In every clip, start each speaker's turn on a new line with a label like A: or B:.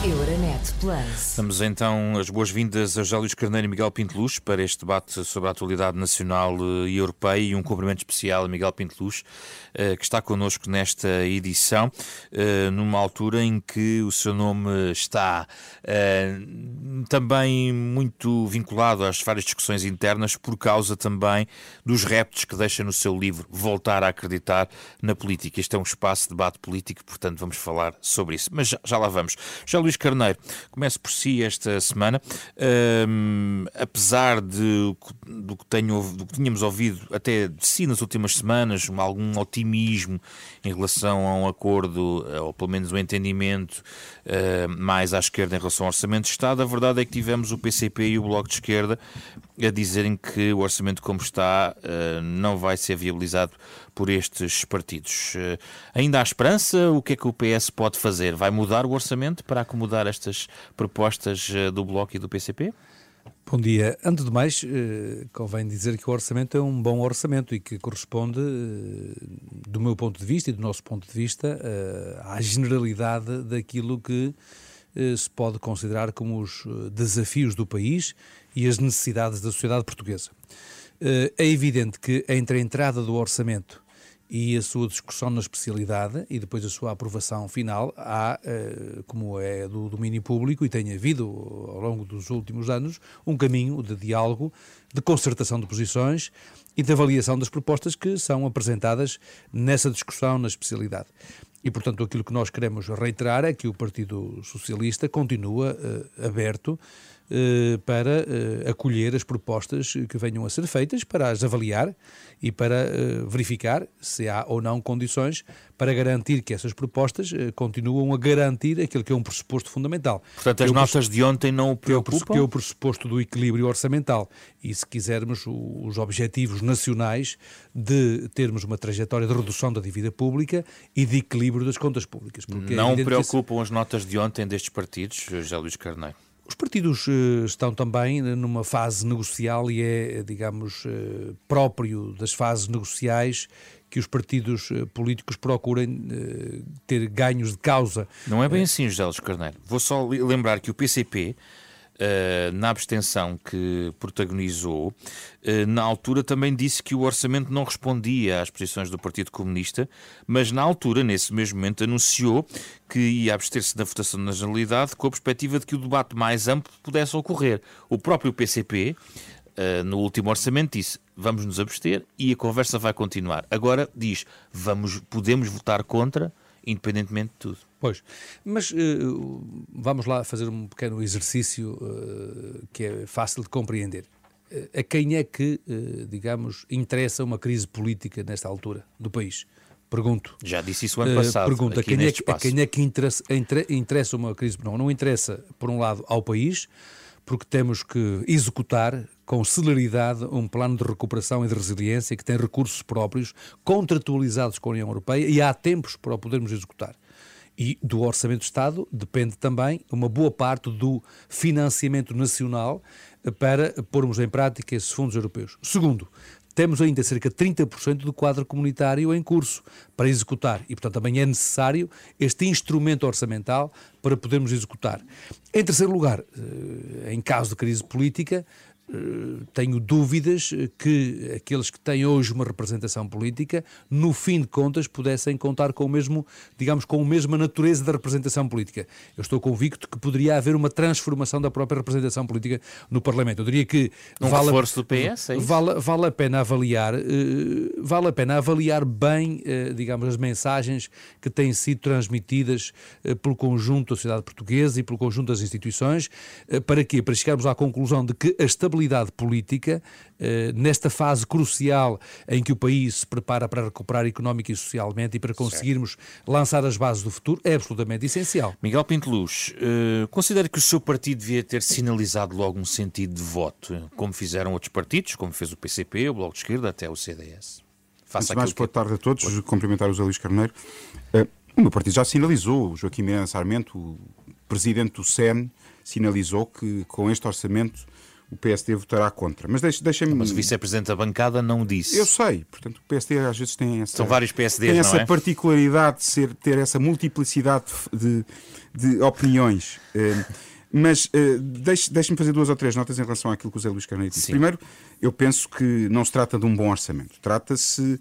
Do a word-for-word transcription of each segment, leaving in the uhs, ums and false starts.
A: Euronet Plus.
B: Damos então as boas-vindas a José Luís Carneiro e Miguel Pinto Luz para este debate sobre a atualidade nacional e europeia, e um cumprimento especial a Miguel Pinto Luz, que está connosco nesta edição, numa altura em que o seu nome está também muito vinculado às várias discussões internas, por causa também dos reptos que deixa no seu livro Voltar a Acreditar na Política. Este é um espaço de debate político, portanto vamos falar sobre isso. Mas já, já lá vamos. José Luís Carneiro, começo por si esta semana. Um, apesar de, do, que tenho, do que tínhamos ouvido até de si nas últimas semanas, um, algum otimismo em relação a um acordo, ou pelo menos um entendimento uh, mais à esquerda em relação ao Orçamento de Estado, a verdade é que tivemos o P C P e o Bloco de Esquerda a dizerem que o orçamento como está uh, não vai ser viabilizado por estes partidos. Uh, ainda há esperança? O que é que o P S pode fazer? Vai mudar o orçamento para acomodar estas propostas uh, do Bloco e do P C P?
C: Bom dia. Antes de mais, uh, convém dizer que o orçamento é um bom orçamento e que corresponde, uh, do meu ponto de vista e do nosso ponto de vista, uh, à generalidade daquilo que uh, se pode considerar como os desafios do país e as necessidades da sociedade portuguesa. Uh, é evidente que entre a entrada do orçamento e a sua discussão na especialidade e depois a sua aprovação final, há, como é do domínio público e tem havido ao longo dos últimos anos, um caminho de diálogo, de concertação de posições e de avaliação das propostas que são apresentadas nessa discussão na especialidade. E, portanto, aquilo que nós queremos reiterar é que o Partido Socialista continua uh, aberto Uh, para uh, acolher as propostas que venham a ser feitas, para as avaliar e para uh, verificar se há ou não condições para garantir que essas propostas uh, continuam a garantir aquilo que é um pressuposto fundamental.
B: Portanto, as notas de ontem não o preocupam?
C: Que é o pressuposto do equilíbrio orçamental. E se quisermos os objetivos nacionais de termos uma trajetória de redução da dívida pública e de equilíbrio das contas públicas.
B: Não é preocupam as notas de ontem destes partidos, José Luís Carneiro?
C: Os partidos uh, estão também numa fase negocial e é, digamos, uh, próprio das fases negociais que os partidos uh, políticos procurem uh, ter ganhos de causa.
B: Não é bem assim, José Luís Carneiro. Vou só lembrar que o P C P, Uh, na abstenção que protagonizou, uh, na altura também disse que o orçamento não respondia às posições do Partido Comunista, mas na altura, nesse mesmo momento, anunciou que ia abster-se da votação na generalidade com a perspectiva de que o debate mais amplo pudesse ocorrer. O próprio P C P, uh, no último orçamento, disse: vamos nos abster e a conversa vai continuar. Agora diz: vamos, podemos votar contra, independentemente de tudo.
C: Pois, mas uh, vamos lá fazer um pequeno exercício uh, que é fácil de compreender. Uh, a quem é que, uh, digamos, interessa uma crise política nesta altura do país? Pergunto.
B: Já disse isso ano passado, uh,
C: pergunto,
B: aqui
C: a quem,
B: neste
C: é que, a
B: espaço.
C: quem é que interessa, interessa uma crise? Não, não interessa, por um lado, ao país, porque temos que executar com celeridade um plano de recuperação e de resiliência que tem recursos próprios, contratualizados com a União Europeia, e há tempos para o podermos executar. E do Orçamento de Estado depende também uma boa parte do financiamento nacional para pormos em prática esses fundos europeus. Segundo, temos ainda cerca de trinta por cento do quadro comunitário em curso para executar e, portanto, também é necessário este instrumento orçamental para podermos executar. Em terceiro lugar, em caso de crise política, tenho dúvidas que aqueles que têm hoje uma representação política, no fim de contas, pudessem contar com o mesmo, digamos, com a mesma natureza da representação política. Eu estou convicto que poderia haver uma transformação da própria representação política no Parlamento. Eu diria que
B: um
C: vale,
B: reforço do P S, é isso?
C: vale, vale a pena avaliar, uh, vale a pena avaliar bem, uh, digamos, as mensagens que têm sido transmitidas uh, pelo conjunto da sociedade portuguesa e pelo conjunto das instituições. Uh, para quê? Para chegarmos à conclusão de que a estabilidade política, eh, nesta fase crucial em que o país se prepara para recuperar económica e socialmente e para conseguirmos certo. lançar as bases do futuro, é absolutamente essencial.
B: Miguel Pinto Luz, eh, considera que o seu partido devia ter sinalizado logo um sentido de voto, como fizeram outros partidos, como fez o P C P, o Bloco de Esquerda, até o C D S?
D: Antes de mais, boa tarde a todos. Pode... Cumprimentar o José Luís Carneiro. Uh, o meu partido já sinalizou, o Joaquim Miranda Sarmento, o presidente do S E M, sinalizou que com este orçamento o P S D votará contra. Mas deixa, deixa-me...
B: Mas o vice-presidente da bancada não disse.
D: Eu sei, portanto, o P S D às vezes tem essa...
B: São vários P S Ds,
D: tem essa
B: não é?
D: particularidade de ser, ter essa multiplicidade de, de opiniões. Mas deixe, deixe-me fazer duas ou três notas em relação àquilo que o Zé Luís Carneiro disse. Sim. Primeiro, eu penso que não se trata de um bom orçamento. Trata-se,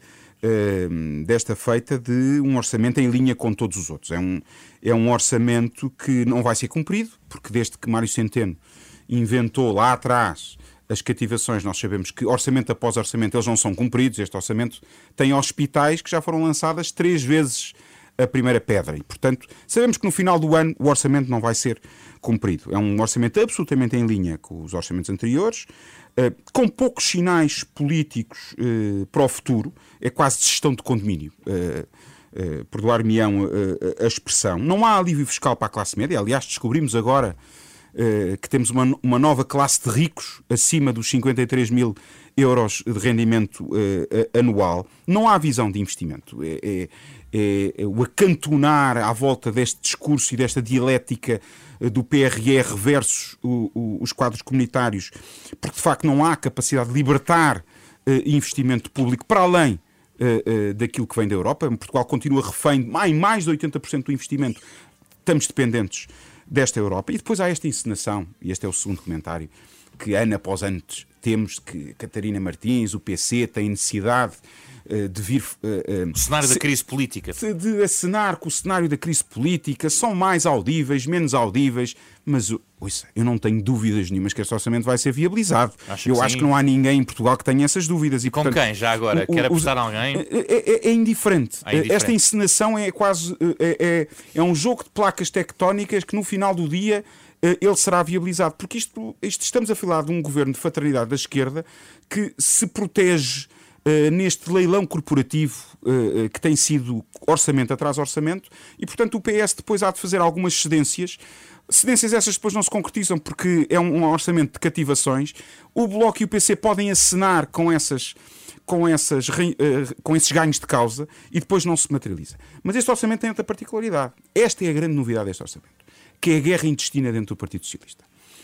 D: desta feita, de um orçamento em linha com todos os outros. É um, é um orçamento que não vai ser cumprido, porque desde que Mário Centeno inventou lá atrás as cativações, nós sabemos que orçamento após orçamento eles não são cumpridos. Este orçamento tem hospitais que já foram lançadas três vezes a primeira pedra e, portanto, sabemos que no final do ano o orçamento não vai ser cumprido. É um orçamento absolutamente em linha com os orçamentos anteriores, com poucos sinais políticos para o futuro. É quase de gestão de condomínio. Perdoar-me-ão a expressão. Não há alívio fiscal para a classe média. Aliás, descobrimos agora Uh, que temos uma, uma nova classe de ricos acima dos cinquenta e três mil euros de rendimento uh, uh, anual. Não há visão de investimento. É, é, é, é o acantonar à volta deste discurso e desta dialética uh, do P R R versus o, o, os quadros comunitários, porque de facto não há capacidade de libertar uh, investimento público para além uh, uh, daquilo que vem da Europa. Portugal continua refém em mais de oitenta por cento do investimento. Estamos dependentes desta Europa. E depois há esta encenação, e este é o segundo comentário, que ano após ano temos, que Catarina Martins, o P C, tem necessidade uh, de vir... Uh, uh,
B: o cenário
D: se,
B: da crise política.
D: De acenar com o cenário da crise política, são mais audíveis, menos audíveis, mas ouça, eu não tenho dúvidas nenhumas que este orçamento vai ser viabilizado. Acho eu que acho sim. que não há ninguém em Portugal que tenha essas dúvidas. E,
B: com
D: portanto,
B: quem, já agora? O, Quer apostar alguém?
D: É, é, é, indiferente.
B: é indiferente.
D: Esta encenação é quase... É, é, é um jogo de placas tectónicas que no final do dia ele será viabilizado. Porque isto, isto estamos a falar de um governo de fraternidade da esquerda que se protege uh, neste leilão corporativo uh, que tem sido orçamento atrás orçamento e, portanto, o P S depois há de fazer algumas cedências. Cedências essas depois não se concretizam porque é um, um orçamento de cativações. O Bloco e o P C podem acenar com essas... Com, essas, com esses ganhos de causa e depois não se materializa. Mas este orçamento tem outra particularidade. Esta é a grande novidade deste orçamento, que é a guerra intestina dentro do Partido Socialista.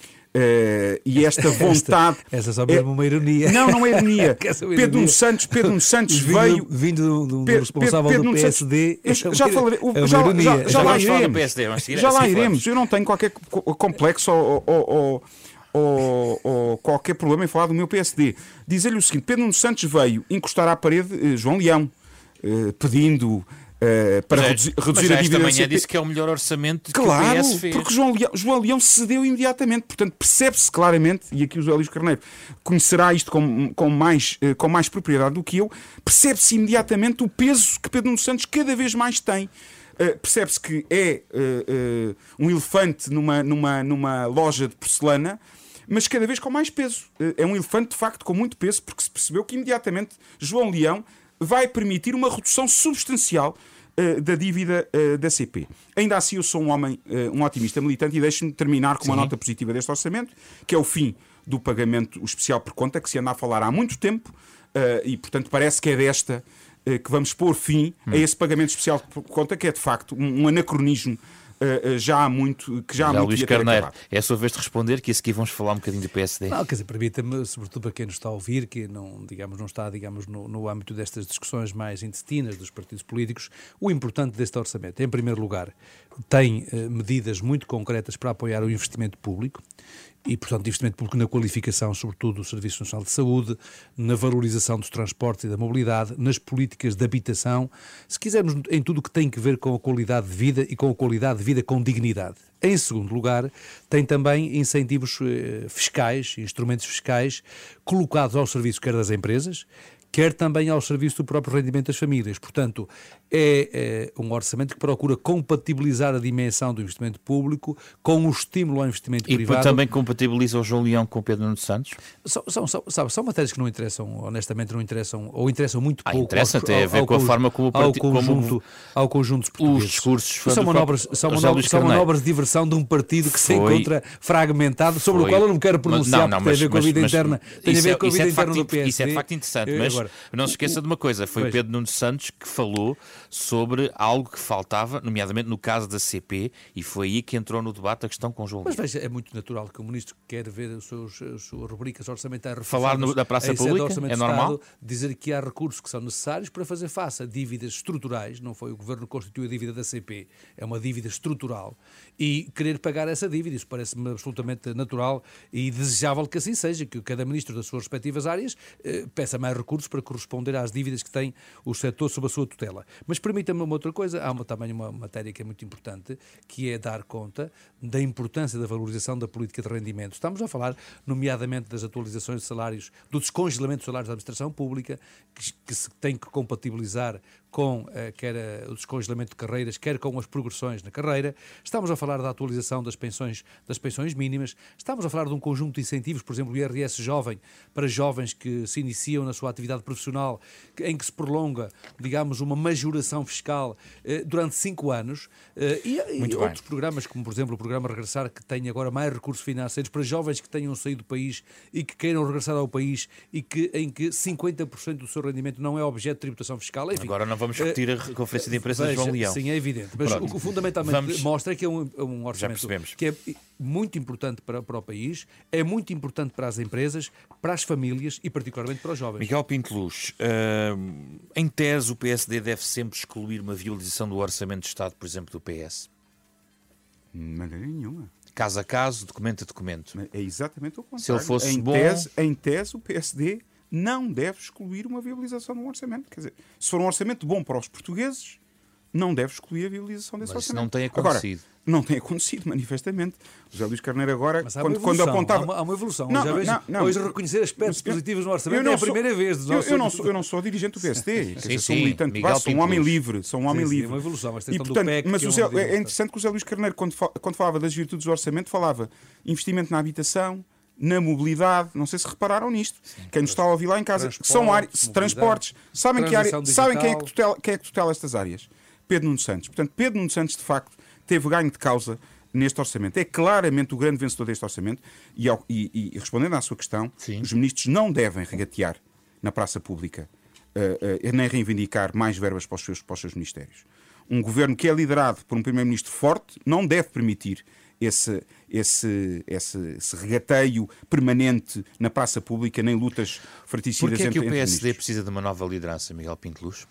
D: Uh, e esta vontade...
C: Esta, essa só mesmo é uma ironia.
D: Não, não é ironia. Pedro Nuno Santos, Pedro Nuno Santos
C: vindo,
D: veio...
C: Vindo do, do responsável Pedro, Pedro do P S D...
D: Santos, já falarei...
C: É
D: já,
C: já,
D: já, já lá iremos.
B: P S D, mas
D: já lá iremos. Eu não tenho qualquer complexo ou... ou, ou Ou, ou qualquer problema em falar do meu P S D. Dizer-lhe o seguinte: Pedro Nuno Santos veio encostar à parede eh, João Leão, eh, pedindo eh, para
B: mas
D: reduzir,
B: é,
D: reduzir
B: mas
D: a dívida.
B: Esta manhã disse que é o melhor orçamento
D: claro,
B: que o P S fez.
D: Porque João Leão, João Leão cedeu imediatamente. Portanto, percebe-se claramente, e aqui o José Luís Carneiro conhecerá isto com, com, mais, eh, com mais propriedade do que eu, percebe-se imediatamente o peso que Pedro Nuno Santos cada vez mais tem. Uh, percebe-se que é uh, uh, um elefante numa, numa, numa loja de porcelana, mas cada vez com mais peso. Uh, é um elefante, de facto, com muito peso, porque se percebeu que imediatamente João Leão vai permitir uma redução substancial uh, da dívida uh, da C P. Ainda assim, eu sou um homem, uh, um otimista militante, e deixe-me terminar com uma Sim. nota positiva deste orçamento, que é o fim do pagamento especial por conta, que se anda a falar há muito tempo, uh, e, portanto, parece que é desta que vamos pôr fim hum. a esse pagamento especial por conta, que é de facto um, um anacronismo uh, já há muito, que já há
B: já,
D: muito
B: Luís Carneiro, é a sua vez de responder, que a seguir vamos falar um bocadinho do P S D.
C: Não, quer dizer, permita-me, sobretudo para quem nos está a ouvir, que não, digamos, não está digamos, no, no âmbito destas discussões mais intestinas dos partidos políticos, o importante deste orçamento, em primeiro lugar, tem uh, medidas muito concretas para apoiar o investimento público, e, portanto, investimento público na qualificação, sobretudo do Serviço Nacional de Saúde, na valorização dos transportes e da mobilidade, nas políticas de habitação, se quisermos, em tudo o que tem que ver com a qualidade de vida e com a qualidade de vida com dignidade. Em segundo lugar, tem também incentivos eh, fiscais, instrumentos fiscais, colocados ao serviço quer das empresas, quer também ao serviço do próprio rendimento das famílias. Portanto, é, é um orçamento que procura compatibilizar a dimensão do investimento público com o estímulo ao investimento
B: e
C: privado.
B: E também compatibiliza o João Leão com o Pedro Nuno Santos?
C: São, são, são, sabe, são matérias que não interessam, honestamente, não interessam, ou interessam muito
B: ah,
C: pouco.
B: Interessa,
C: ao,
B: tem a ver
C: ao,
B: com a
C: ao,
B: forma como o partido...
C: Ao conjunto, como ao conjunto dos portugueses.
B: Os discursos...
C: São manobras, são manobras, são manobras de diversão de um partido que foi, se encontra fragmentado, sobre foi, o qual eu não me quero pronunciar, não, não, porque mas, tem a ver com a vida mas, interna, tem a ver com a vida é interna
B: facto,
C: do P S D.
B: Isso é de facto interessante, mas
C: agora.
B: Não se esqueça de uma coisa, foi
C: pois.
B: Pedro Nuno Santos que falou sobre algo que faltava, nomeadamente no caso da C P, e foi aí que entrou no debate a questão com João
C: Mas
B: Lima.
C: veja, é muito natural que o Ministro quer ver as suas, as suas rubricas orçamentárias
B: falar no, da praça pública, é normal?
C: Estado, dizer que há recursos que são necessários para fazer face a dívidas estruturais, não foi o Governo que constituiu a dívida da C P, é uma dívida estrutural, e querer pagar essa dívida, isso parece-me absolutamente natural e desejável que assim seja, que cada Ministro das suas respectivas áreas eh, peça mais recursos para corresponder às dívidas que tem o setor sob a sua tutela. Mas permita-me uma outra coisa, há uma, também uma matéria que é muito importante, que é dar conta da importância da valorização da política de rendimento. Estamos a falar, nomeadamente, das atualizações de salários, do descongelamento dos salários da administração pública, que, que se tem que compatibilizar com eh, quer eh, o descongelamento de carreiras, quer com as progressões na carreira. Estamos a falar da atualização das pensões, das pensões mínimas. Estamos a falar de um conjunto de incentivos, por exemplo, o I R S jovem, para jovens que se iniciam na sua atividade profissional, em que se prolonga, digamos, uma majoração fiscal eh, durante cinco anos. Eh, e e outros programas, como, por exemplo, o programa Regressar, que tem agora mais recursos financeiros para jovens que tenham saído do país e que queiram regressar ao país e que, em que cinquenta por cento do seu rendimento não é objeto de tributação fiscal. Enfim,
B: agora não vamos repetir a conferência de imprensa de João Leão.
C: Sim, é evidente. Mas Pronto. o que fundamentalmente vamos... mostra é que é um, um orçamento que é muito importante para, para o país, é muito importante para as empresas, para as famílias e particularmente para os jovens.
B: Miguel Pinto Luz, uh, em tese o P S D deve sempre excluir uma violização do Orçamento de Estado, por exemplo, do P S?
D: De maneira nenhuma.
B: Caso a caso, documento a documento.
D: É exatamente o contrário.
B: Se ele fosse
D: em,
B: bom...
D: tese, em tese, o P S D não deve excluir uma viabilização de um orçamento. Quer dizer, se for um orçamento bom para os portugueses, não deve excluir a viabilização desse
B: Mas
D: orçamento.
B: Não tem acontecido.
D: Agora, não tem acontecido, manifestamente. O José Luís Carneiro agora,
C: Mas há
D: quando,
C: uma evolução,
D: quando apontava...
C: Há uma, há uma evolução.
D: Não,
C: Já vejo,
D: não, não.
C: Hoje reconhecer aspectos eu, positivos no orçamento
D: é a
C: sou, primeira vez.
D: Eu, eu, não sou, eu não sou dirigente do P S D.
B: Sim,
D: sou um militante
B: Miguel
D: base, sou um homem livre. Sou um homem
C: sim,
D: livre.
C: Sim, é uma evolução.
D: E, portanto,
C: do P E C,
D: mas
C: é,
D: o Zé,
C: uma
D: é interessante que o José Luís Carneiro, quando, quando falava das virtudes do orçamento, falava investimento na habitação, na mobilidade, não sei se repararam nisto. Sim, Quem nos está a ouvir lá em casa, são áreas, transportes, sabem, que área, sabem quem, é que tutela, quem é que tutela estas áreas? Pedro Nuno Santos. Portanto, Pedro Nuno Santos, de facto, teve ganho de causa neste orçamento. É claramente o grande vencedor deste orçamento e, ao, e, e respondendo à sua questão, Sim. os ministros não devem regatear na praça pública uh, uh, nem reivindicar mais verbas para os, seus, para os seus ministérios. Um governo que é liderado por um primeiro-ministro forte não deve permitir esse, esse, esse, esse regateio permanente na praça pública, nem lutas fratricidas entre
B: ministros. Porquê é que o P S D
D: ministros.
B: precisa de uma nova liderança, Miguel Pinto Luz?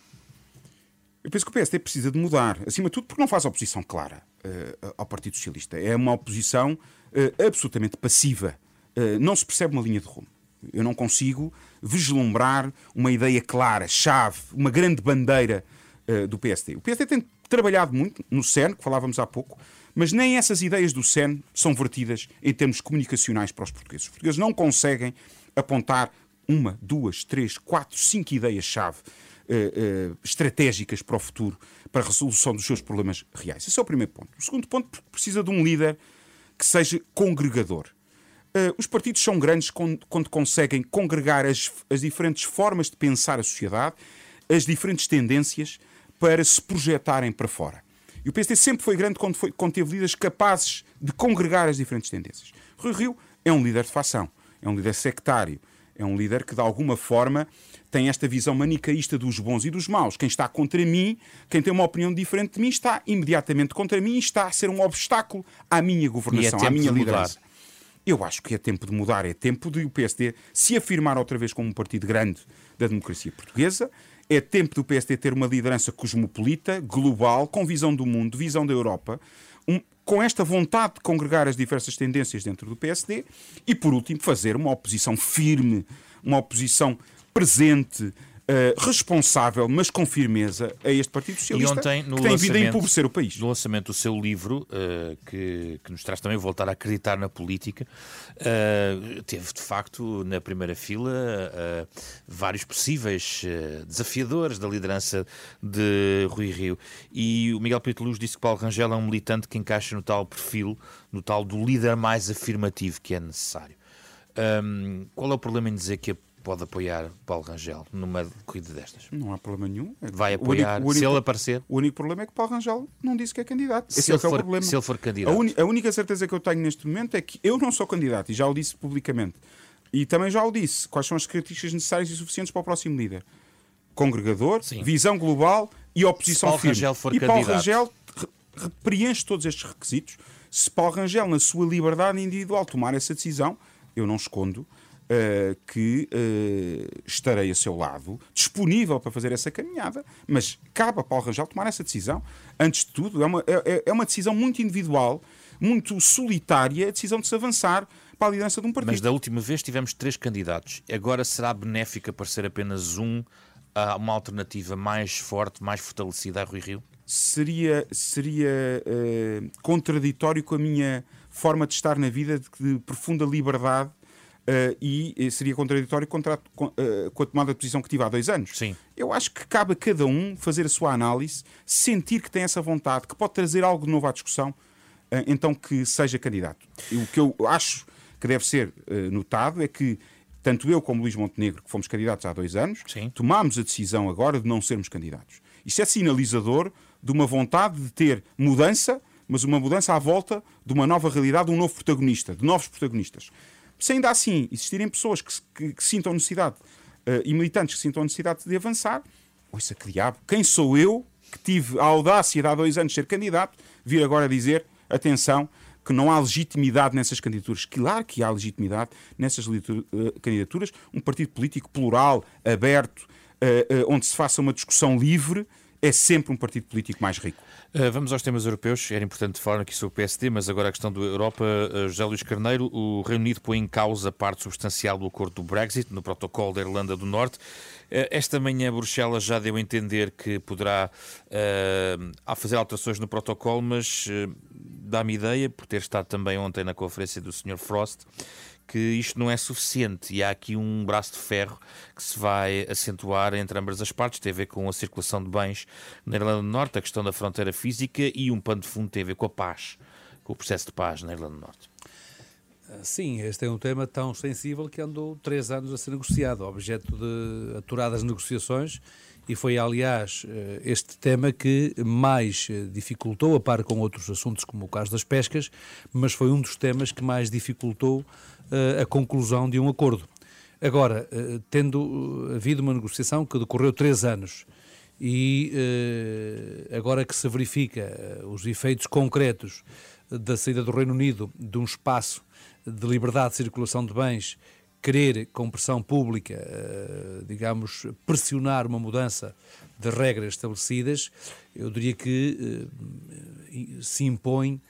D: Eu penso que o P S D precisa de mudar, acima de tudo porque não faz oposição clara uh, ao Partido Socialista. É uma oposição uh, absolutamente passiva. Uh, não se percebe uma linha de rumo. Eu não consigo vislumbrar uma ideia clara, chave, uma grande bandeira uh, do P S D. O P S D tem trabalhado muito no C E N, que falávamos há pouco, mas nem essas ideias do C E N são vertidas em termos comunicacionais para os portugueses. Os portugueses não conseguem apontar uma, duas, três, quatro, cinco ideias-chave Uh, uh, estratégicas para o futuro, para a resolução dos seus problemas reais. Esse é o primeiro ponto. O segundo ponto, precisa de um líder que seja congregador. Uh, os partidos são grandes quando, quando conseguem congregar as, as diferentes formas de pensar a sociedade, as diferentes tendências, para se projetarem para fora. E o P S D sempre foi grande quando, foi, quando teve líderes capazes de congregar as diferentes tendências. Rui Rio é um líder de facção, é um líder sectário, é um líder que, de alguma forma, tem esta visão manicaísta dos bons e dos maus. Quem está contra mim, quem tem uma opinião diferente de mim, está imediatamente contra mim e está a ser um obstáculo à minha governação,
B: é
D: à minha liderança.
B: Mudar.
D: Eu acho que é tempo de mudar, é tempo de o P S D se afirmar outra vez como um partido grande da democracia portuguesa, é tempo do P S D ter uma liderança cosmopolita, global, com visão do mundo, visão da Europa, um, com esta vontade de congregar as diversas tendências dentro do P S D e, por último, fazer uma oposição firme, uma oposição presente, uh, responsável, mas com firmeza a este Partido Socialista,
B: ontem, no
D: que tem vindo a empobrecer o país.
B: No lançamento do seu livro, uh, que, que nos traz também Voltar a Acreditar na Política, uh, teve, de facto, na primeira fila, uh, vários possíveis uh, desafiadores da liderança de Rui Rio. E o Miguel Pinto Luz disse que Paulo Rangel é um militante que encaixa no tal perfil, no tal do líder mais afirmativo que é necessário. Um, qual é o problema em dizer que a pode apoiar Paulo Rangel numa corrida destas?
D: Não há problema nenhum.
B: Vai apoiar, o único, o único, se ele aparecer?
D: O único problema é que Paulo Rangel não disse que é candidato.
B: Se,
D: Esse
B: ele,
D: é, que é
B: for,
D: o problema.
B: se ele for candidato.
D: A, uni, a única certeza que eu tenho neste momento é que eu não sou candidato, e já o disse publicamente. E também já o disse, quais são as características necessárias e suficientes para o próximo líder? Congregador,
B: Sim.
D: visão global e oposição
B: Paulo
D: firme.
B: Rangel for
D: e Paulo
B: candidato.
D: Rangel re- preenche todos estes requisitos. Se Paulo Rangel, na sua liberdade individual, tomar essa decisão, eu não escondo uh, que uh, estarei a seu lado, disponível para fazer essa caminhada, mas cabe a Paulo Rangel tomar essa decisão. Antes de tudo, é uma, é, é uma decisão muito individual, muito solitária, a decisão de se avançar para a liderança de um partido.
B: Mas da última vez tivemos três candidatos. Agora será benéfico aparecer apenas um, a uma alternativa mais forte, mais fortalecida a Rui Rio?
D: Seria, seria uh, contraditório com a minha forma de estar na vida, de, de profunda liberdade, uh, e seria contraditório contra a, com, uh, com a tomada de posição que tive há dois anos.
B: Sim.
D: Eu acho que cabe a cada um fazer a sua análise, sentir que tem essa vontade, que pode trazer algo de novo à discussão, uh, então que seja candidato. E o que eu acho que deve ser uh, notado é que tanto eu como Luís Montenegro, que fomos candidatos há dois anos,
B: Sim.
D: tomámos a decisão agora de não sermos candidatos. Isto é sinalizador de uma vontade de ter mudança, mas uma mudança à volta de uma nova realidade, de um novo protagonista, de novos protagonistas. Se ainda assim existirem pessoas que, que, que sintam necessidade, uh, e militantes que sintam necessidade de avançar, ouça que diabo, quem sou eu que tive a audácia de há dois anos ser candidato, vir agora dizer, atenção, que não há legitimidade nessas candidaturas. Claro que há legitimidade nessas candidaturas. Um partido político plural, aberto, onde se faça uma discussão livre, é sempre um partido político mais rico.
B: Uh, vamos aos temas europeus. Era importante falar aqui sobre o P S D, mas agora a questão da Europa. Uh, José Luís Carneiro, o Reino Unido põe em causa parte substancial do acordo do Brexit, no protocolo da Irlanda do Norte. Uh, esta manhã Bruxelas já deu a entender que poderá uh, fazer alterações no protocolo, mas uh, dá-me ideia, por ter estado também ontem na conferência do senhor Frost, que isto não é suficiente e há aqui um braço de ferro que se vai acentuar entre ambas as partes. Tem a ver com a circulação de bens na Irlanda do Norte, a questão da fronteira física, e um pano de fundo tem a ver com a paz, com o processo de paz na Irlanda do Norte.
C: Sim, este é um tema tão sensível que andou três anos a ser negociado, objeto de aturadas negociações, e foi, aliás, este tema que mais dificultou, a par com outros assuntos como o caso das pescas, mas foi um dos temas que mais dificultou a conclusão de um acordo. Agora, tendo havido uma negociação que decorreu três anos e agora que se verifica os efeitos concretos da saída do Reino Unido de um espaço de liberdade de circulação de bens, querer, com pressão pública, digamos, pressionar uma mudança de regras estabelecidas, eu diria que se impõe,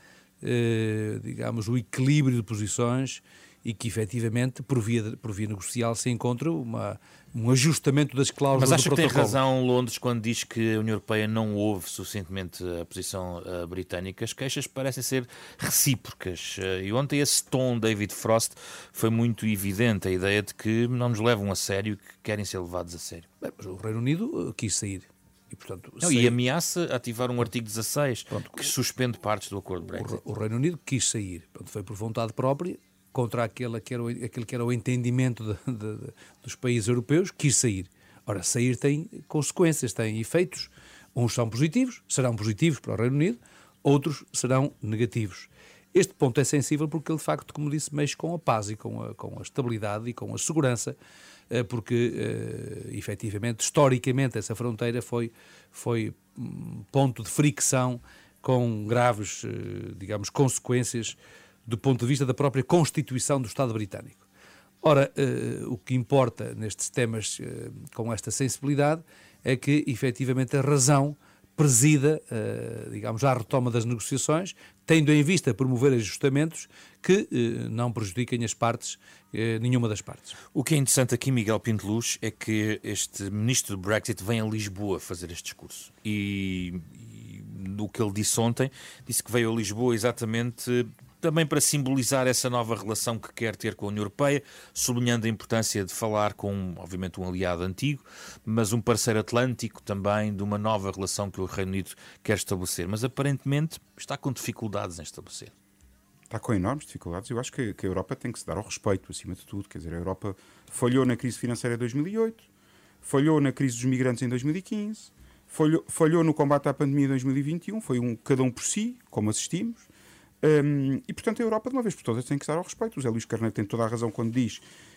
C: digamos, o equilíbrio de posições e que, efetivamente, por via, por via negocial se encontra uma, um ajustamento das cláusulas do protocolo.
B: Mas acha que tem razão Londres quando diz que a União Europeia não ouve suficientemente a posição uh, britânica? As queixas parecem ser recíprocas. Uh, e ontem esse tom David Frost foi muito evidente, a ideia de que não nos levam a sério e que querem ser levados a sério.
C: Bem, mas o Reino Unido uh, quis sair. E, portanto,
B: não,
C: sair...
B: e ameaça ativar um artigo dezasseis, Pronto, que suspende partes do acordo de Brexit.
C: O, o Reino Unido quis sair. Pronto, foi por vontade própria, contra aquele que era o, aquele que era o entendimento de, de, de, dos países europeus, quis sair. Ora, sair tem consequências, tem efeitos. Uns são positivos, serão positivos para o Reino Unido, outros serão negativos. Este ponto é sensível porque ele, de facto, como disse, mexe com a paz e com a, com a estabilidade e com a segurança, porque, efetivamente, historicamente, essa fronteira foi, foi um ponto de fricção com graves, digamos, consequências do ponto de vista da própria Constituição do Estado Britânico. Ora, eh, o que importa nestes temas eh, com esta sensibilidade é que, efetivamente, a razão presida, eh, digamos, à retoma das negociações, tendo em vista promover ajustamentos que eh, não prejudiquem as partes, eh, nenhuma das partes.
B: O que é interessante aqui, Miguel Pinto Luz, é que este ministro do Brexit vem a Lisboa fazer este discurso. E, e do que ele disse ontem, disse que veio a Lisboa exatamente também para simbolizar essa nova relação que quer ter com a União Europeia, sublinhando a importância de falar com, obviamente, um aliado antigo, mas um parceiro atlântico também, de uma nova relação que o Reino Unido quer estabelecer. Mas, aparentemente, está com dificuldades em estabelecer.
D: Está com enormes dificuldades. Eu acho que, que a Europa tem que se dar ao respeito, acima de tudo. Quer dizer, a Europa falhou na crise financeira de dois mil e oito, falhou na crise dos migrantes em dois mil e quinze, falhou, falhou no combate à pandemia em dois mil e vinte e um, foi um cada um por si, como assistimos. Um, e, portanto, a Europa, de uma vez por todas, tem que estar ao respeito. O José Luís Carneiro tem toda a razão quando diz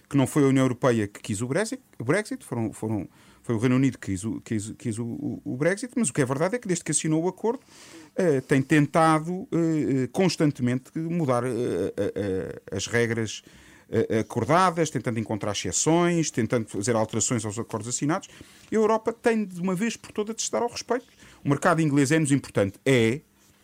D: que não foi a União Europeia que quis o Brexit, o Brexit foram, foram, foi o Reino Unido que quis, o, quis, quis o, o, o Brexit, mas o que é verdade é que desde que assinou o acordo uh, tem tentado uh, constantemente mudar uh, uh, uh, as regras uh, acordadas, tentando encontrar exceções, tentando fazer alterações aos acordos assinados. A Europa tem de uma vez por todas de se dar ao respeito. O mercado inglês é-nos importante, é,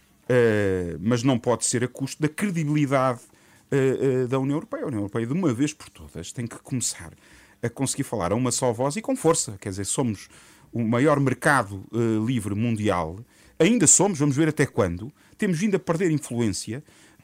D: uh, mas não pode ser a custo da credibilidade uh, uh, da União Europeia. A União Europeia, de uma vez por todas, tem que começar a conseguir falar a uma só voz e com força. Quer dizer, somos o maior mercado uh, livre mundial, ainda somos, vamos ver até quando, temos vindo a perder influência,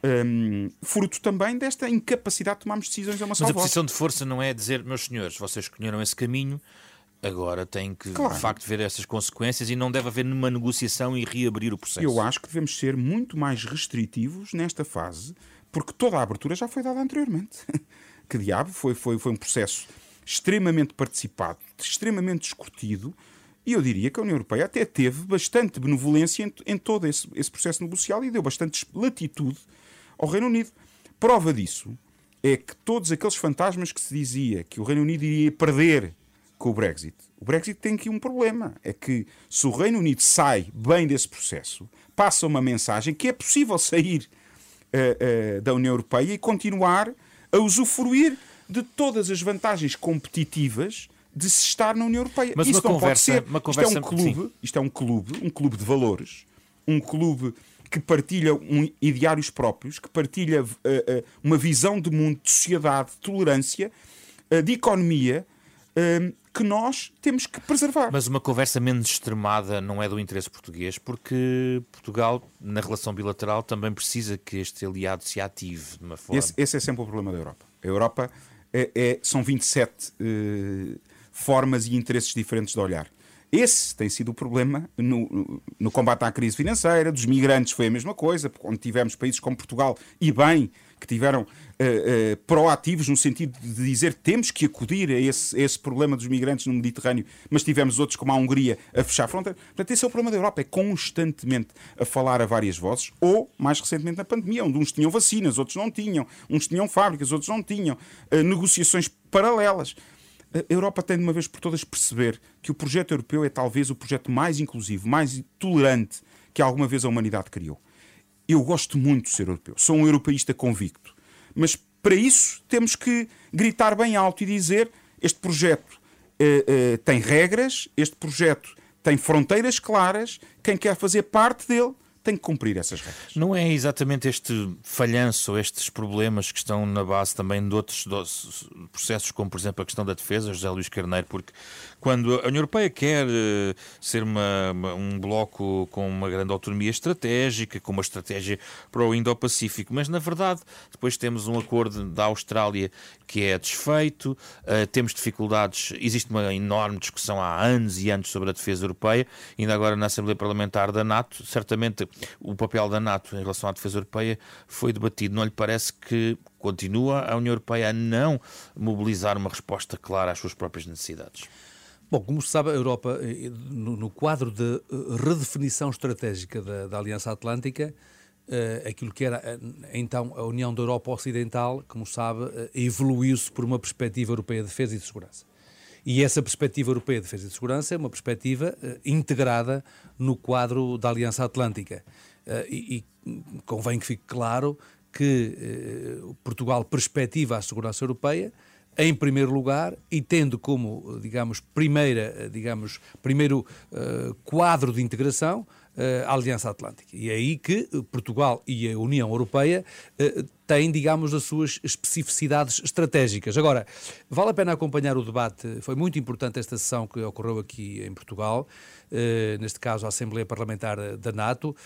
D: um, fruto também desta incapacidade de tomarmos decisões a uma só voz.
B: Mas a posição de força não é dizer, meus senhores, vocês escolheram esse caminho, agora têm que, claro, de facto, ver essas consequências e não deve haver nenhuma negociação e reabrir o processo.
D: Eu acho que devemos ser muito mais restritivos nesta fase, porque toda a abertura já foi dada anteriormente. Que diabo, foi, foi, foi um processo extremamente participado, extremamente discutido, e eu diria que a União Europeia até teve bastante benevolência em, em todo esse, esse processo negocial e deu bastante latitude ao Reino Unido. Prova disso é que todos aqueles fantasmas que se dizia que o Reino Unido iria perder com o Brexit, o Brexit tem aqui um problema, é que se o Reino Unido sai bem desse processo, passa uma mensagem que é possível sair uh, uh, da União Europeia e continuar a usufruir de todas as vantagens competitivas de se estar na União Europeia.
B: Mas
D: Isso
B: uma
D: não
B: conversa,
D: pode ser.
B: uma conversa,
D: isto é um clube, isto é um clube, um clube de valores, um clube que partilha um, ideários próprios, que partilha uh, uh, uma visão de mundo, de sociedade, de tolerância, uh, de economia, uh, que nós temos que preservar.
B: Mas uma conversa menos extremada não é do interesse português, porque Portugal, na relação bilateral, também precisa que este aliado se ative de uma forma.
D: Esse, esse é sempre o problema da Europa. A Europa é, é, são vinte e sete uh, formas e interesses diferentes de olhar. Esse tem sido o problema no, no combate à crise financeira, dos migrantes foi a mesma coisa, onde tivemos países como Portugal, e bem, que tiveram uh, uh, proativos no sentido de dizer que temos que acudir a esse, a esse problema dos migrantes no Mediterrâneo, mas tivemos outros como a Hungria a fechar a fronteira. Portanto, esse é o problema da Europa, é constantemente a falar a várias vozes, ou, mais recentemente, na pandemia, onde uns tinham vacinas, outros não tinham, uns tinham fábricas, outros não tinham, uh, negociações paralelas. A Europa tem de uma vez por todas perceber que o projeto europeu é talvez o projeto mais inclusivo, mais tolerante que alguma vez a humanidade criou. Eu gosto muito de ser europeu, sou um europeísta convicto, mas para isso temos que gritar bem alto e dizer: este projeto uh, uh, tem regras, este projeto tem fronteiras claras, quem quer fazer parte dele tem que cumprir essas regras.
B: Não é exatamente este falhanço ou estes problemas que estão na base também de outros processos, como por exemplo a questão da defesa, José Luís Carneiro, porque quando a União Europeia quer uh, ser uma, uma, um bloco com uma grande autonomia estratégica, com uma estratégia para o Indo-Pacífico, mas na verdade depois temos um acordo da Austrália que é desfeito, uh, temos dificuldades, existe uma enorme discussão há anos e anos sobre a defesa europeia, ainda agora na Assembleia Parlamentar da NATO, certamente o papel da NATO em relação à defesa europeia foi debatido. Não lhe parece que continua a União Europeia a não mobilizar uma resposta clara às suas próprias necessidades?
C: Bom, como se sabe, a Europa, no, no quadro de redefinição estratégica da, da Aliança Atlântica, uh, aquilo que era então a União da Europa Ocidental, como sabe, uh, evoluiu-se por uma perspectiva europeia de defesa e de segurança. E essa perspectiva europeia de defesa e de segurança é uma perspectiva uh, integrada no quadro da Aliança Atlântica. Uh, e, e convém que fique claro que uh, Portugal perspectiva a segurança europeia em primeiro lugar e tendo como, digamos, primeira, digamos, primeiro uh, quadro de integração uh, a Aliança Atlântica. E é aí que Portugal e a União Europeia uh, têm, digamos, as suas especificidades estratégicas. Agora, vale a pena acompanhar o debate, foi muito importante esta sessão que ocorreu aqui em Portugal, uh, neste caso a Assembleia Parlamentar da NATO,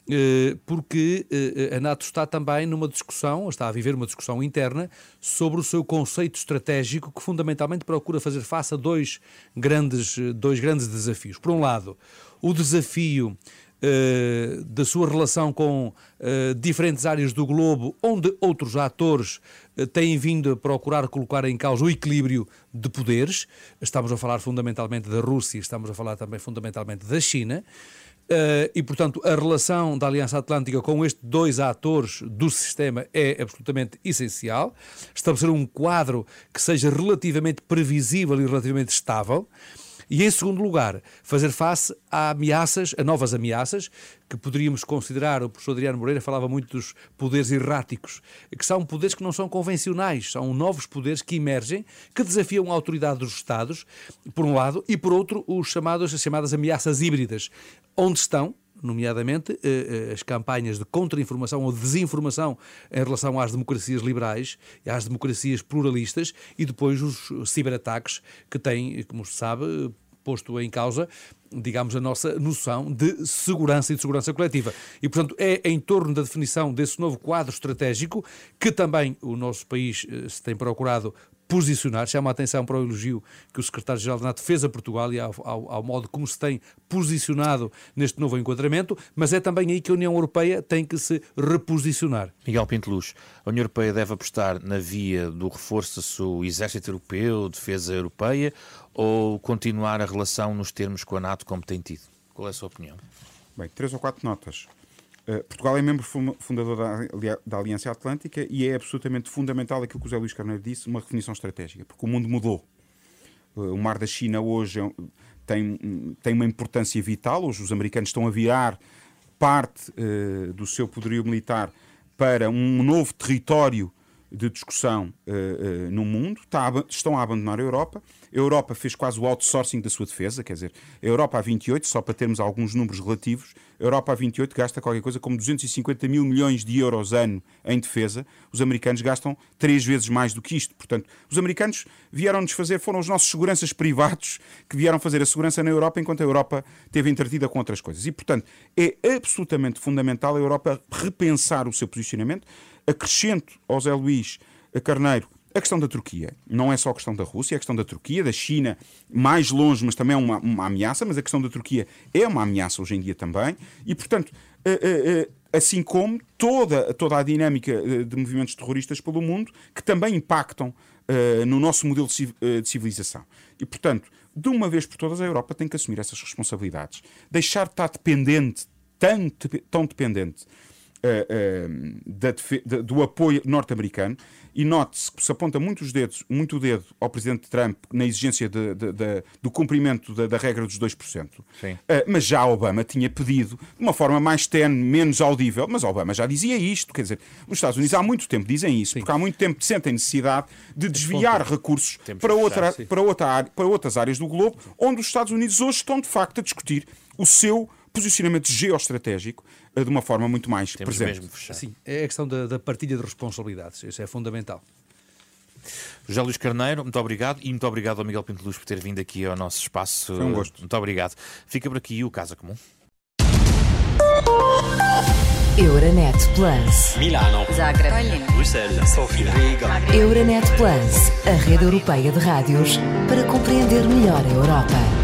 C: porque a NATO está também numa discussão, está a viver uma discussão interna sobre o seu conceito estratégico que fundamentalmente procura fazer face a dois grandes, dois grandes desafios. Por um lado, o desafio uh, da sua relação com uh, diferentes áreas do globo, onde outros atores uh, têm vindo a procurar colocar em causa o equilíbrio de poderes. Estamos a falar fundamentalmente da Rússia, estamos a falar também fundamentalmente da China. Uh, e, portanto, a relação da Aliança Atlântica com estes dois atores do sistema é absolutamente essencial. Estabelecer um quadro que seja relativamente previsível e relativamente estável. E, em segundo lugar, fazer face a ameaças, a novas ameaças, que poderíamos considerar, o professor Adriano Moreira falava muito dos poderes erráticos, que são poderes que não são convencionais, são novos poderes que emergem, que desafiam a autoridade dos Estados, por um lado, e por outro, os chamados, as chamadas ameaças híbridas, onde estão, nomeadamente, as campanhas de contra-informação ou desinformação em relação às democracias liberais e às democracias pluralistas, e depois os ciberataques que têm, como se sabe, posto em causa, digamos, a nossa noção de segurança e de segurança coletiva. E, portanto, é em torno da definição desse novo quadro estratégico que também o nosso país se tem procurado posicionar. Chama a atenção para o elogio que o secretário-geral da NATO fez a Portugal e ao, ao, ao modo como se tem posicionado neste novo enquadramento, mas é também aí que a União Europeia tem que se reposicionar.
B: Miguel Pinteluz, a União Europeia deve apostar na via do reforço do seu exército europeu, defesa europeia, ou continuar a relação nos termos com a NATO como tem tido? Qual é a sua opinião?
D: Bem, três ou quatro notas. Uh, Portugal é membro fundador da, da Aliança Atlântica e é absolutamente fundamental aquilo que o José Luís Carneiro disse, uma definição estratégica, porque o mundo mudou. Uh, o Mar da China hoje é, tem, tem uma importância vital. Hoje os americanos estão a virar parte uh, do seu poderio militar para um novo território de discussão uh, uh, no mundo. Está a, estão a abandonar a Europa. A Europa fez quase o outsourcing da sua defesa, quer dizer, a Europa a vinte e oito, só para termos alguns números relativos, a Europa a vinte e oito gasta qualquer coisa como duzentos e cinquenta mil milhões de euros ano em defesa. Os americanos gastam três vezes mais do que isto. Portanto, os americanos vieram-nos fazer, foram os nossos seguranças privados que vieram fazer a segurança na Europa, enquanto a Europa esteve entretida com outras coisas. E, portanto, é absolutamente fundamental a Europa repensar o seu posicionamento. Acrescento ao Zé Luís Carneiro a questão da Turquia. Não é só a questão da Rússia, é a questão da Turquia, da China, mais longe, mas também é uma, uma ameaça, mas a questão da Turquia é uma ameaça hoje em dia também. E, portanto, assim como toda, toda a dinâmica de movimentos terroristas pelo mundo, que também impactam no nosso modelo de civilização. E, portanto, de uma vez por todas, a Europa tem que assumir essas responsabilidades. Deixar de estar dependente, tão, tão dependente, Uh, uh, da, da, do apoio norte-americano, e note-se que se aponta muito, os dedos, muito o dedo ao presidente Trump na exigência de, de, de, do cumprimento da, da regra dos dois por cento.
B: Sim.
D: Uh, mas já Obama tinha pedido, de uma forma mais tenue, menos audível, mas Obama já dizia isto, quer dizer, os Estados Unidos há muito tempo dizem isso, Sim. porque há muito tempo sentem necessidade de desviar recursos para, outra, fechar, para, outra área, para outras áreas do globo, onde os Estados Unidos hoje estão de facto a discutir o seu posicionamento geoestratégico de uma forma muito mais
B: Temos
D: presente.
B: Mesmo fechar.
C: Sim, é a questão da, da partilha de responsabilidades. Isso é fundamental.
B: José Luís Carneiro, muito obrigado, e muito obrigado ao Miguel Pinteluz por ter vindo aqui ao nosso espaço.
D: Foi um gosto.
B: Muito obrigado. Fica por aqui o Casa Comum.
A: Euronet Plus.
E: Milano.
A: Zagreb.
E: Bruxelas. Sofia. Riga.
A: Euronet Plus, a rede europeia de rádios para compreender melhor a Europa.